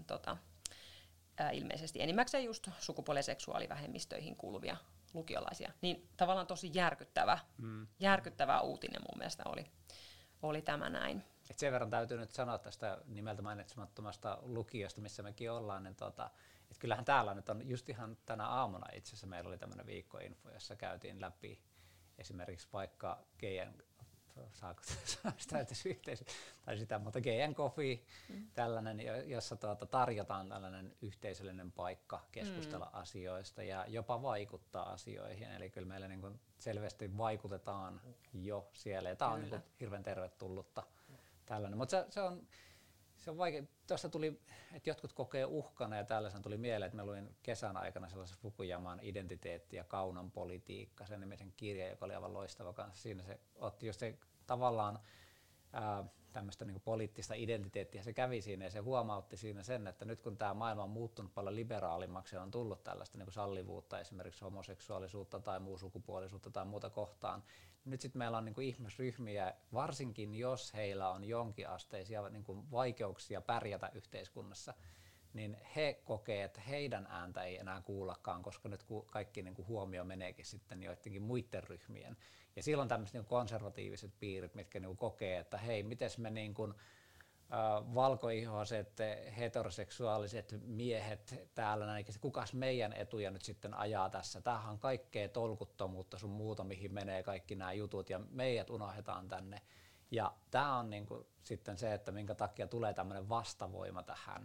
ilmeisesti enimmäkseen just sukupuoli- ja seksuaalivähemmistöihin kuuluvia lukiolaisia. Niin tavallaan tosi järkyttävä uutinen mun mielestä oli tämä näin. Et sen verran täytyy nyt sanoa tästä nimeltä mainitsemattomasta lukiosta, missä mekin ollaan, niin et kyllähän täällä nyt on just ihan tänä aamuna itse asiassa meillä oli tämmöinen viikkoinfo, jossa käytiin läpi esimerkiksi vaikka saako sitä yhteisö, tai sitä, mutta GN Coffee, tällainen, jossa tarjotaan tällainen yhteisöllinen paikka keskustella asioista ja jopa vaikuttaa asioihin, eli kyllä meillä niin kuin selvästi vaikutetaan jo siellä, ja tämä on niin kuin hirveän tervetullutta tällainen, mutta se on vaikea. Tuossa tuli, että jotkut kokee uhkana, ja tällaisen tuli mieleen, että mä luin kesän aikana sellaisen Fukuyaman identiteetti ja kaunan politiikka, sen nimisen kirja, joka oli aivan loistava kanssa. Siinä se otti just se tavallaan tämmöistä niin kuin poliittista identiteettiä, se kävi siinä ja se huomautti siinä sen, että nyt kun tämä maailma on muuttunut paljon liberaalimmaksi ja on tullut tällaista niin kuin sallivuutta, esimerkiksi homoseksuaalisuutta tai muunsukupuolisuutta tai muuta kohtaan, nyt sitten meillä on niin kuin ihmisryhmiä, varsinkin jos heillä on jonkinasteisia niin kuin vaikeuksia pärjätä yhteiskunnassa, niin he kokee, että heidän ääntä ei enää kuullakaan, koska nyt kaikki niin kuin huomio meneekin sitten joidenkin muiden ryhmien. Ja silloin tämmöiset niin konservatiiviset piirit, mitkä niin kuin kokee, että hei, mites me niin kuin, valkoihoiset, heteroseksuaaliset miehet täällä, näin, kukas meidän etuja nyt sitten ajaa tässä. Tämähän on kaikkea tolkuttomuutta sun muuta, mihin menee kaikki nämä jutut ja meidät unohdetaan tänne. Ja tämä on niin kuin sitten se, että minkä takia tulee tämmöinen vastavoima tähän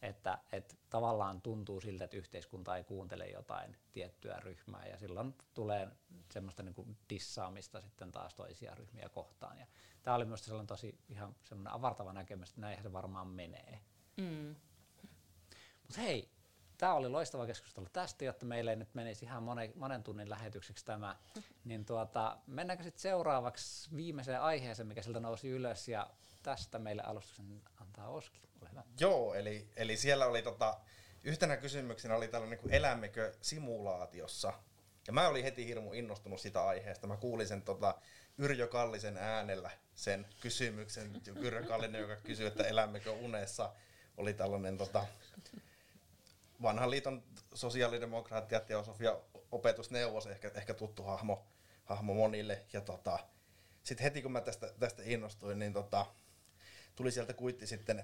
että tavallaan tuntuu siltä, että yhteiskunta ei kuuntele jotain tiettyä ryhmää ja silloin tulee semmoista niin kuin dissaamista sitten taas toisia ryhmiä kohtaan. Ja tämä oli myös sellainen tosi ihan semmoinen avartava näkemys, että näinhän se varmaan menee. Mutta hei, tämä oli loistava keskustelu tästä, jotta meille ei nyt menisi ihan monen tunnin lähetykseksi tämä. Niin mennäänkö sitten seuraavaksi viimeiseen aiheeseen, mikä sieltä nousi ylös, ja tästä meille alustuksen antaa Oski. Ole hyvä. Joo, eli siellä oli yhtenä kysymyksenä oli tällainen niin kuin elämmekö simulaatiossa. Ja mä olin heti hirmu innostunut sitä aiheesta. Mä kuulin sen Yrjö Kallisen äänellä sen kysymyksen. Yrjö Kallinen, joka kysyi, että elämmekö unessa, oli tällainen vanhan liiton sosiaalidemokraatti ja teosofia opetusneuvos, ehkä tuttu hahmo monille. Ja sitten heti kun mä tästä innostuin, niin tuli sieltä kuitti sitten,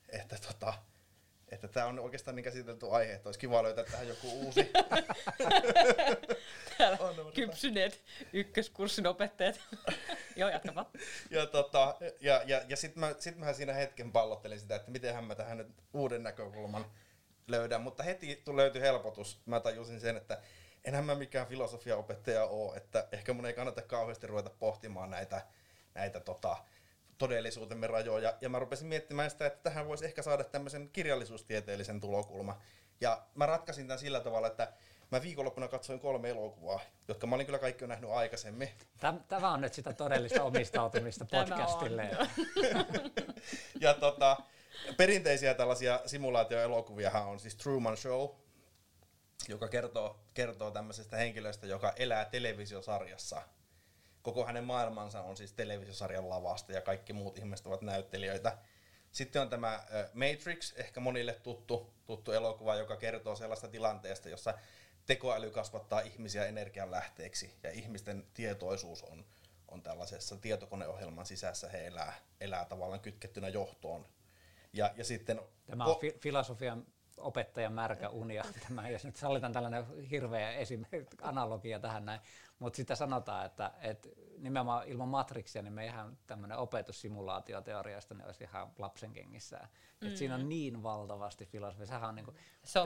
että tämä on oikeastaan niin käsitelty aihe, että olisi kiva löytää tähän joku uusi. Täällä kypsyneet ykköskurssin opettajat. Joo, jatkapa. Ja sit mä siinä hetken pallottelin sitä, että mitenhän mä tähän nyt uuden näkökulman löydän, mutta heti löytyi helpotus. Mä tajusin sen, että enhän mä mikään filosofiaopettaja ole, että ehkä mun ei kannata kauheasti ruveta pohtimaan näitä todellisuutemme rajoja. Ja mä rupesin miettimään sitä, että tähän voisi ehkä saada tämmöisen kirjallisuustieteellisen tulokulman. Ja mä ratkaisin tämän sillä tavalla, että mä viikonloppuna katsoin 3 elokuvaa, jotka mä olin kyllä kaikki jo nähnyt aikaisemmin. Tämä on nyt sitä todellista omistautumista podcastille. Ja perinteisiä tällaisia simulaatioelokuviahan on siis Truman Show, joka kertoo tämmöisestä henkilöstä, joka elää televisiosarjassa. Koko hänen maailmansa on siis televisiosarjan lavasta ja kaikki muut ihmiset ovat näyttelijöitä. Sitten on tämä Matrix, ehkä monille tuttu elokuva, joka kertoo sellaista tilanteesta, jossa tekoäly kasvattaa ihmisiä energianlähteeksi ja ihmisten tietoisuus on tällaisessa tietokoneohjelman sisässä. He elää tavallaan kytkettynä johtoon. Ja sitten tämä on filosofian opettajan märkä uni, jos nyt sallitaan tällainen hirveä analogia tähän näin, mutta sitä sanotaan, että nimenomaan ilman Matrixia niin me ihan tämmöinen opetussimulaatioteoriasta niin olisi ihan lapsen kengissä. Siinä on niin valtavasti filosofia. Sehän on niinku, se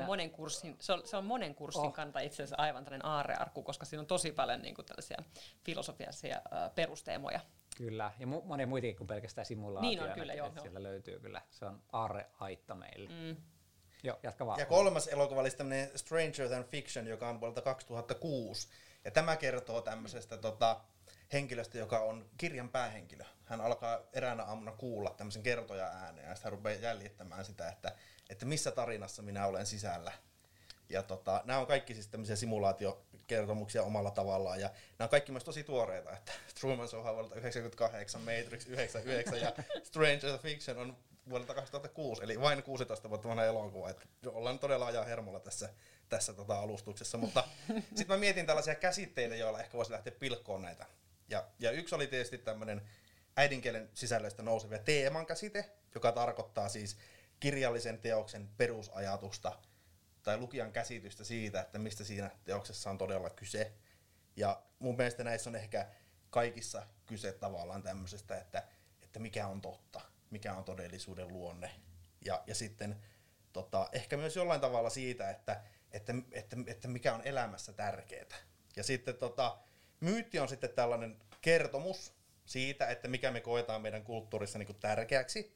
on monen kurssin kannalta itse asiassa aivan tällainen aarrearkku, koska siinä on tosi paljon niinku tällaisia filosofiaisia perusteemoja. Kyllä, ja monia muitakin kuin pelkästään simulaatioja. Niin on, kyllä, joo. Siellä löytyy kyllä, se on aarreaitta meille. Joo, jatka vaan. Ja 3. elokuva oli tämmöinen Stranger Than Fiction, joka on vuodelta 2006. Ja tämä kertoo tämmöisestä henkilöstä, joka on kirjan päähenkilö. Hän alkaa eräänä aamuna kuulla tämmöisen kertoja ääneen ja sitten hän rupeaa jäljittämään sitä, että missä tarinassa minä olen sisällä. Ja nämä on kaikki siis tämmöisiä simulaatiokertomuksia omalla tavallaan ja nämä on kaikki myös tosi tuoreita, että Truman Show on vuodelta 1998, Matrix 99 ja Stranger Than Fiction on vuodelta 2006, eli vain 16 vuotta vanha elokuva, että ollaan todella ajan hermolla tässä alustuksessa, mutta sitten mä mietin tällaisia käsitteitä, joilla ehkä voisi lähteä pilkkoon näitä. Ja yksi oli tietysti tämmöinen äidinkielen sisällöistä nousevia teeman käsite, joka tarkoittaa siis kirjallisen teoksen perusajatusta tai lukijan käsitystä siitä, että mistä siinä teoksessa on todella kyse. Ja mun mielestä näissä on ehkä kaikissa kyse tavallaan tämmöisestä, että mikä on totta, mikä on todellisuuden luonne. Ja sitten ehkä myös jollain tavalla siitä, että mikä on elämässä tärkeää. Ja sitten myytti on sitten tällainen kertomus siitä, että mikä me koetaan meidän kulttuurissa niin kuin tärkeäksi.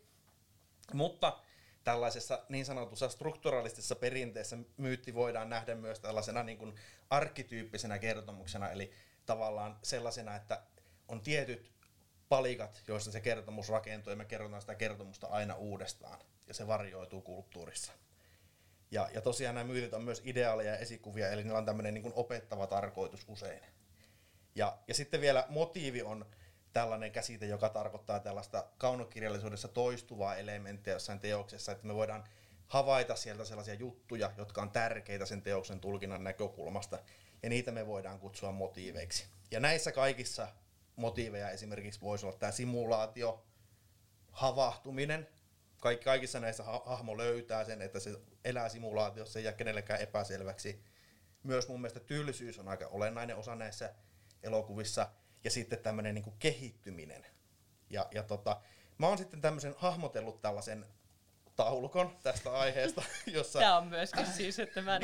Mutta tällaisessa niin sanotussa strukturalistisessa perinteessä myytti voidaan nähdä myös tällaisena niin kuin arkkityyppisenä kertomuksena, eli tavallaan sellaisena, että on tietyt palikat, joista se kertomus rakentuu, ja me kerrotaan sitä kertomusta aina uudestaan, ja se varjoituu kulttuurissa. Ja tosiaan nämä myytit on myös ideaaleja ja esikuvia, eli niillä on tämmöinen niin kuin opettava tarkoitus usein. Ja sitten vielä motiivi on tällainen käsite, joka tarkoittaa tällaista kaunokirjallisuudessa toistuvaa elementtiä jossain teoksessa, että me voidaan havaita sieltä sellaisia juttuja, jotka on tärkeitä sen teoksen tulkinnan näkökulmasta, ja niitä me voidaan kutsua motiiveiksi. Ja näissä kaikissa motiiveja esimerkiksi voisi olla tämä simulaatio, havahtuminen. Kaikissa näissä hahmo löytää sen, että se elää simulaatiossa, ei jää kenellekään epäselväksi. Myös mun mielestä tylsyys on aika olennainen osa näissä elokuvissa. Ja sitten tämmöinen niin kuin kehittyminen. Mä oon sitten tämmöisen hahmotellut tällaisen taulukon tästä aiheesta, jossa... Tämä on myöskin siis, että mä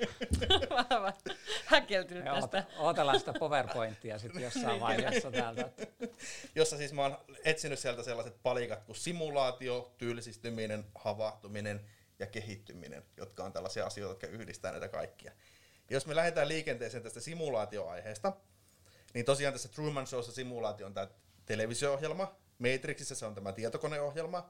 olen häkeltynyt tästä. Odotellaan sitä PowerPointia sitten jossain vaiheessa täältä. Jossa siis mä oon etsinyt sieltä sellaiset palikat kuin simulaatio, tylsistyminen, havahtuminen ja kehittyminen, jotka on tällaisia asioita, jotka yhdistää näitä kaikkia. Ja jos me lähdetään liikenteeseen tästä simulaatioaiheesta, niin tosiaan tässä Truman Showssa simulaatio on tämä televisio-ohjelma, Matrixissa se on tämä tietokoneohjelma,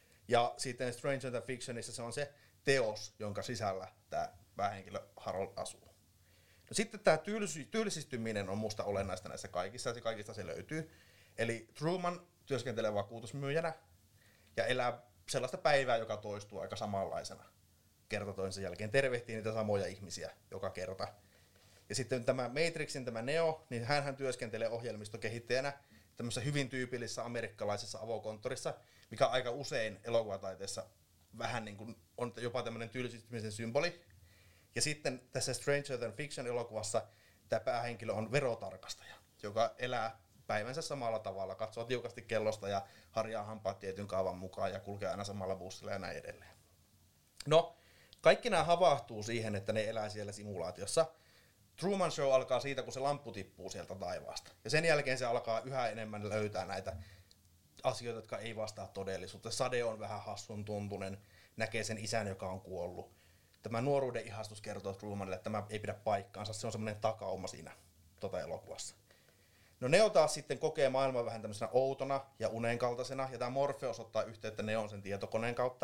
ja sitten Stranger Than Fictionissa se on se teos, jonka sisällä tämä päähenkilö Harold asuu. No sitten tämä tylsistyminen on musta olennaista näissä kaikissa, ja kaikista se löytyy. Eli Truman työskentelee vakuutusmyyjänä ja elää sellaista päivää, joka toistuu aika samanlaisena. Kerta toisensa jälkeen tervehtii niitä samoja ihmisiä joka kerta. Ja sitten tämä Matrixin tämä Neo, niin hän työskentelee ohjelmistokehittäjänä tämmöisessä hyvin tyypillisessä amerikkalaisessa avokonttorissa, mikä aika usein elokuvataiteessa vähän niin kuin on jopa tämmöinen tylsistymisen symboli. Ja sitten tässä Stranger Than Fiction -elokuvassa tämä päähenkilö on verotarkastaja, joka elää päivänsä samalla tavalla, katsoo tiukasti kellosta ja harjaa hampaat tietyn kaavan mukaan ja kulkee aina samalla bussilla ja näin edelleen. No, kaikki nämä havahtuu siihen, että ne elää siellä simulaatiossa. Truman Show alkaa siitä, kun se lamppu tippuu sieltä taivaasta. Ja sen jälkeen se alkaa yhä enemmän löytää näitä asioita, jotka ei vastaa todellisuutta. Sade on vähän hassun tuntunen, näkee sen isän, joka on kuollut. Tämä nuoruuden ihastus kertoo Trumanille, että tämä ei pidä paikkaansa. Se on semmoinen takauma siinä elokuvassa. No Neo taas sitten kokee maailman vähän tämmöisenä outona ja unen kaltaisena, ja tämä Morpheus ottaa yhteyttä Neon sen tietokoneen kautta.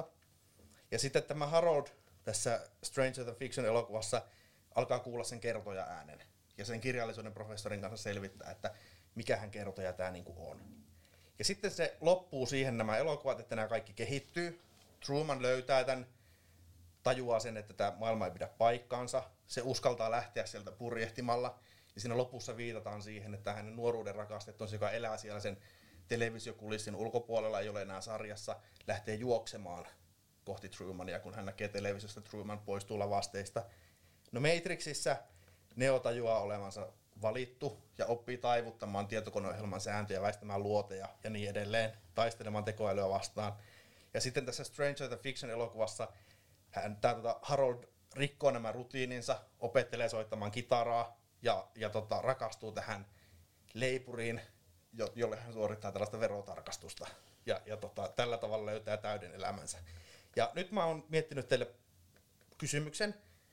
Ja sitten tämä Harold tässä Stranger Than Fiction -elokuvassa alkaa kuulla sen kertoja äänen. Ja sen kirjallisuuden professorin kanssa selvittää, että mikähän kertoja tämä niinku on. Ja sitten se loppuu siihen nämä elokuvat, että nämä kaikki kehittyy. Truman löytää tämän, tajuaa sen, että tämä maailma ei pidä paikkaansa. Se uskaltaa lähteä sieltä purjehtimalla. Ja siinä lopussa viitataan siihen, että hänen nuoruuden rakastettu, joka elää siellä sen televisiokulissin ulkopuolella, ei ole enää sarjassa, lähtee juoksemaan kohti Trumania, kun hän näkee televisiosta, että Truman poistuu lavasteista. No Matrixissa Neo tajuaa olevansa valittu ja oppii taivuttamaan tietokoneohjelman sääntöjä, väistämään luoteja ja niin edelleen, taistelemaan tekoälyä vastaan. Ja sitten tässä Stranger Than Fiction -elokuvassa Harold rikkoo nämä rutiininsa, opettelee soittamaan kitaraa ja rakastuu tähän leipuriin, jolle hän suorittaa tällaista verotarkastusta. Ja tällä tavalla löytää täyden elämänsä. Ja nyt mä oon miettinyt teille kysymyksen.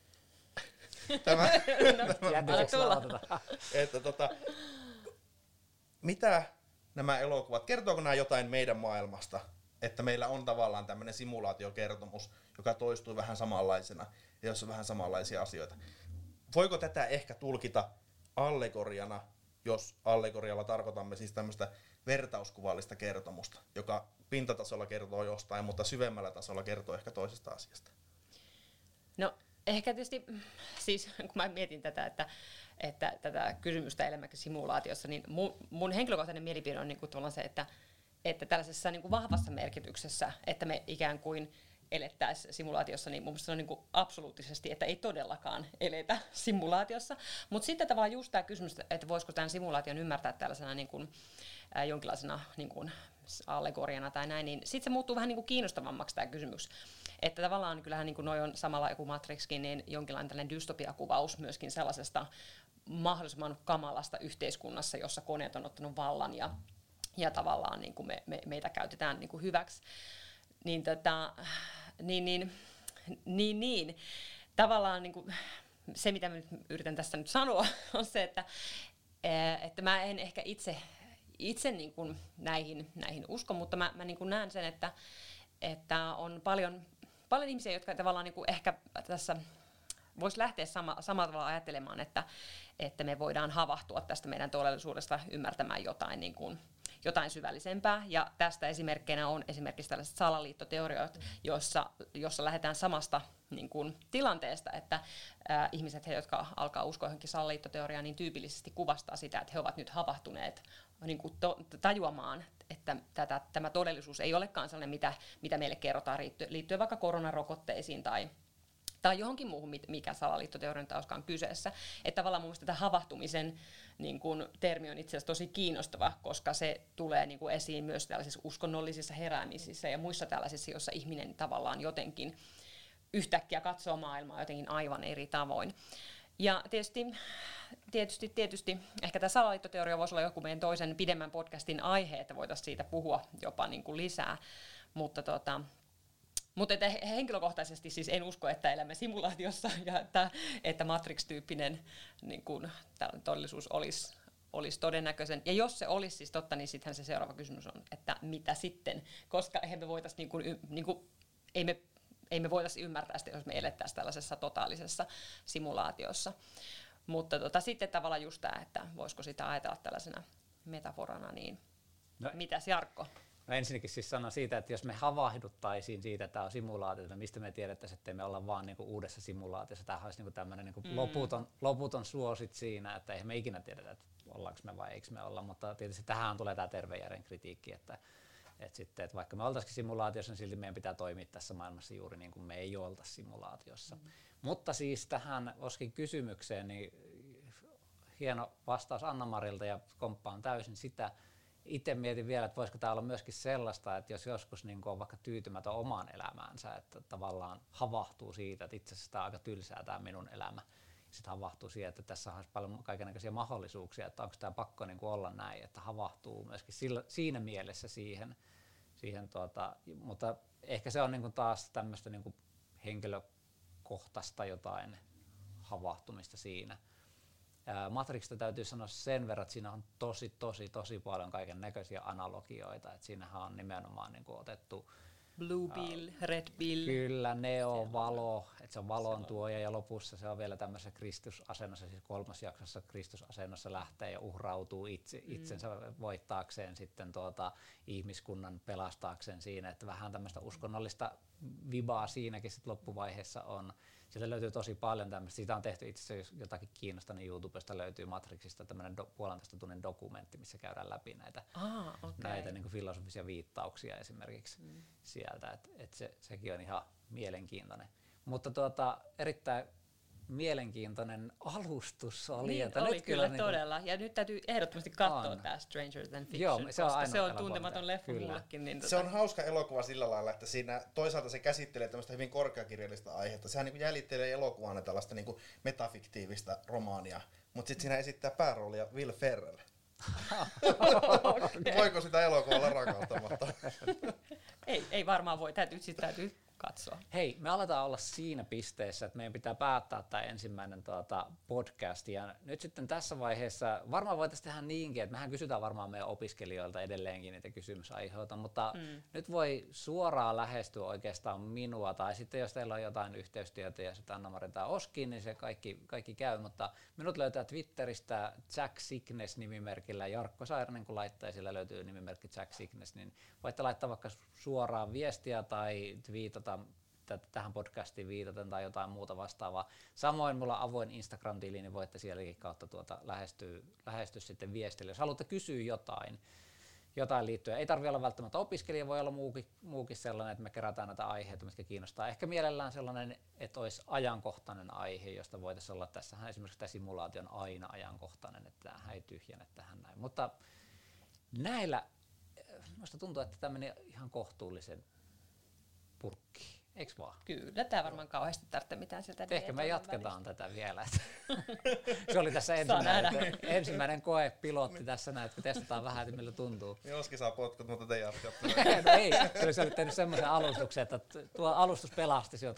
Mitä nämä elokuvat, kertooko nämä jotain meidän maailmasta, että meillä on tavallaan tämmöinen simulaatiokertomus, joka toistuu vähän samanlaisena ja jossa on vähän samanlaisia asioita. Voiko tätä ehkä tulkita allegoriana, jos allegorialla tarkoitamme siis tämmöistä vertauskuvallista kertomusta, joka pintatasolla kertoo jostain, mutta syvemmällä tasolla kertoo ehkä toisesta asiasta? No ehkä tietysti, siis kun mä mietin tätä, että tätä kysymystä elämässä simulaatiossa, niin mun henkilökohtainen mielipide on niinku se, että tällaisessa niinku vahvassa merkityksessä, että me ikään kuin elettäisiin simulaatiossa, niin mun mielestä se on niinku absoluuttisesti, että ei todellakaan eletä simulaatiossa. Mutta sitten tavallaan just tämä kysymys, että voisiko tämän simulaation ymmärtää tällaisena niin jonkinlaisena niin allegoriana tai näin, niin sitten se muuttuu vähän niin kiinnostavammaksi tämä kysymys. Että tavallaan kyllähän niin noi on samalla kuin Matrixkin, niin jonkinlainen tällainen dystopiakuvaus myöskin sellaisesta mahdollisimman kamalasta yhteiskunnassa, jossa koneet on ottanut vallan ja tavallaan niin kuin meitä käytetään niin kuin hyväksi. Niin, tavallaan niin kuin se, mitä mä nyt yritän tässä nyt sanoa, on se, että mä en ehkä itse niin kuin näihin usko, mutta mä niin kuin näen sen, että on paljon ihmisiä, jotka tavallaan niin kuin ehkä tässä voisi lähteä samalla tavalla ajattelemaan, että me voidaan havahtua tästä meidän todellisuudesta ymmärtämään jotain syvällisempää. Ja tästä esimerkkinä on esimerkiksi tällaiset salaliittoteoriat, jossa lähdetään samasta niin kuin tilanteesta, että ihmiset, jotka alkaa uskoa johonkin salaliittoteoriaan, niin tyypillisesti kuvastaa sitä, että he ovat nyt havahtuneet niin kuin tajuamaan, että tämä todellisuus ei olekaan sellainen, mitä meille kerrotaan liittyen vaikka koronarokotteisiin tai johonkin muuhun, mikä salaliittoteoria nyt olisikaan kyseessä. Että tavallaan mun mielestä tämä havahtumisen niin kun, termi on itse asiassa tosi kiinnostava, koska se tulee niin kun, esiin myös tällaisissa uskonnollisissa heräämisissä ja muissa tällaisissa, joissa ihminen tavallaan jotenkin yhtäkkiä katsoo maailmaa jotenkin aivan eri tavoin. Ja tietysti ehkä tämä salaliittoteoria voisi olla joku meidän toisen pidemmän podcastin aihe, että voitaisiin siitä puhua jopa niin kuin lisää, mutta henkilökohtaisesti siis en usko, että elämme simulaatiossa ja että Matrix-tyyppinen niin kuin, todellisuus olisi todennäköisen. Ja jos se olisi siis totta, niin sittenhän se seuraava kysymys on, että mitä sitten, koska eihän me voitaisiin ei me voitaisiin ymmärtää sitä, jos me elettäisiin tällaisessa totaalisessa simulaatiossa. Mutta sitten tavallaan just tämä, että voisiko sitä ajatella tällaisena metaforana, niin mitäs Jarkko? No ensinnäkin siis sanon siitä, että jos me havahduttaisiin siitä, että tämä on simulaatio, että mistä me tiedettäisiin, että me olla vaan niinku uudessa simulaatiossa. Tämähän olisi niinku tämmöinen niinku loputon suosit siinä, että eihän me ikinä tiedetä, että ollaanko me vai eikö me olla. Mutta tietysti tähän tulee tämä terveen järjen kritiikki, että vaikka me oltaisikin simulaatiossa, niin silti meidän pitää toimia tässä maailmassa juuri niin kuin me ei oltaisi simulaatiossa. Mutta siis tähän Oskin kysymykseen, niin hieno vastaus Anna-Marilta ja komppaan täysin sitä. Itse mietin vielä, että voisiko tämä olla myöskin sellaista, että jos joskus niin on vaikka tyytymätön omaan elämäänsä, että tavallaan havahtuu siitä, että itse asiassa tämä on aika tylsää tämä minun elämä. Sitten havahtuu siihen, että tässä on paljon kaikenlaisia mahdollisuuksia, että onko tämä pakko niin kuin olla näin, että havahtuu myöskin siinä mielessä siihen mutta ehkä se on niin kuin taas tämmöistä niin kuin henkilökohtaista jotain havahtumista siinä. Matrixista täytyy sanoa sen verran, että siinä on tosi paljon kaiken näköisiä analogioita, että siinähän on nimenomaan niin kuin otettu Blue Bill, Red Bill. Kyllä, Neo, valo, että se on valon tuoja ja lopussa se on vielä tämmöisessä Kristusasennossa, siis 3. jaksossa Kristusasennossa lähtee ja uhrautuu itsensä voittaakseen sitten ihmiskunnan pelastaakseen siinä, että vähän tämmöistä uskonnollista vibaa siinäkin sitten loppuvaiheessa on. Sieltä löytyy tosi paljon tämmöistä, siitä on tehty itse asiassa, jos jotakin kiinnostaa, niin YouTubesta löytyy Matrixista tämmöinen 1,5 tunnin dokumentti, missä käydään läpi näitä niin kuin filosofisia viittauksia esimerkiksi sieltä, että sekin on ihan mielenkiintoinen. Mutta erittäin mielenkiintoinen alustus oli. Niin, oli kyllä todella. Ja nyt täytyy ehdottomasti katsoa tämä Stranger Than Fiction, joo, se on tuntematon leffa mullekin. Niin se on hauska elokuva sillä lailla, että siinä toisaalta se käsittelee tämmöistä hyvin korkeakirjallista aihetta. Sehän niin jäljittelee elokuvana tällaista niin metafiktiivistä romaania, mutta sitten siinä esittää pääroolia Will Ferrell. Voiko sitä elokuvalla rakastamatta? ei varmaan voi, täytyy katsoa. Hei, me aletaan olla siinä pisteessä, että meidän pitää päättää tämä ensimmäinen podcast. Ja nyt sitten tässä vaiheessa varmaan voitaisiin tehdä niinkin, että mehän kysytään varmaan meidän opiskelijoilta edelleenkin niitä kysymysaiheita, mutta nyt voi suoraan lähestyä oikeastaan minua, tai sitten jos teillä on jotain yhteystietoja sitten Anna-Mari tai Oskiin, niin se kaikki käy, mutta minut löytää Twitteristä Jack Sickness -nimimerkillä, Jarkko Sairanen kun laittaa, sillä löytyy nimimerkki Jack Sickness, niin voitte laittaa vaikka suoraan viestiä tai twiitata tähän podcastiin viitaten tai jotain muuta vastaavaa. Samoin mulla on avoin Instagram-tili, niin voitte sielläkin kautta lähestyä sitten viestille. Jos haluatte kysyä jotain liittyen, ei tarvitse olla välttämättä opiskelija, voi olla muukin sellainen, että me kerätään näitä aiheita, mitkä kiinnostaa. Ehkä mielellään sellainen, että olisi ajankohtainen aihe, josta voitaisiin olla, tässähän esimerkiksi tämä simulaatio on aina ajankohtainen, että tämähän ei tyhjene tähän näin. Mutta näillä, minusta tuntuu, että tämä meni ihan kohtuullisen purkkiin. Eiks vaan? Kyllä, tämä varmaan kauheasti tarvitse mitään sieltä. Ehkä me jatketaan tätä vielä. Se oli tässä ensimmäinen koepilotti tässä näin, että testataan vähän, että millä tuntuu. Niin Oski saa potkut, mutta te jatkatte. No ei, se oli tehnyt semmoisen alustuksen, että tuo alustus pelasti sinut.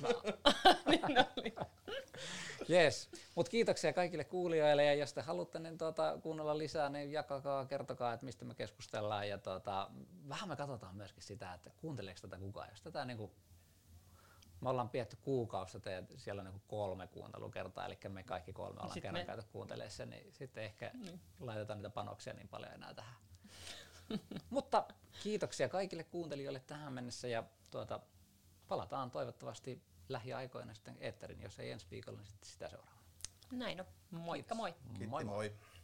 Yes. Mut kiitoksia kaikille kuulijoille ja jos te haluatte niin kuunnella lisää, niin jakakaa, kertokaa, että mistä me keskustellaan ja vähän me katsotaan myöskin sitä, että kuunteleeko tätä kukaan, jos tätä niinku me ollaan pietty kuukausi ja siellä on 3 kuuntelukertaa, eli me kaikki 3 ollaan kerran käyty kuuntelemaan sen, niin sitten ehkä laitetaan niitä panoksia niin paljon enää tähän. Mutta kiitoksia kaikille kuuntelijoille tähän mennessä ja palataan toivottavasti lähiaikoina sitten eetterin, jos ei ensi viikolla, niin sitten sitä seuraavana. Näin on. Moikka moi. Kiitos. Moi.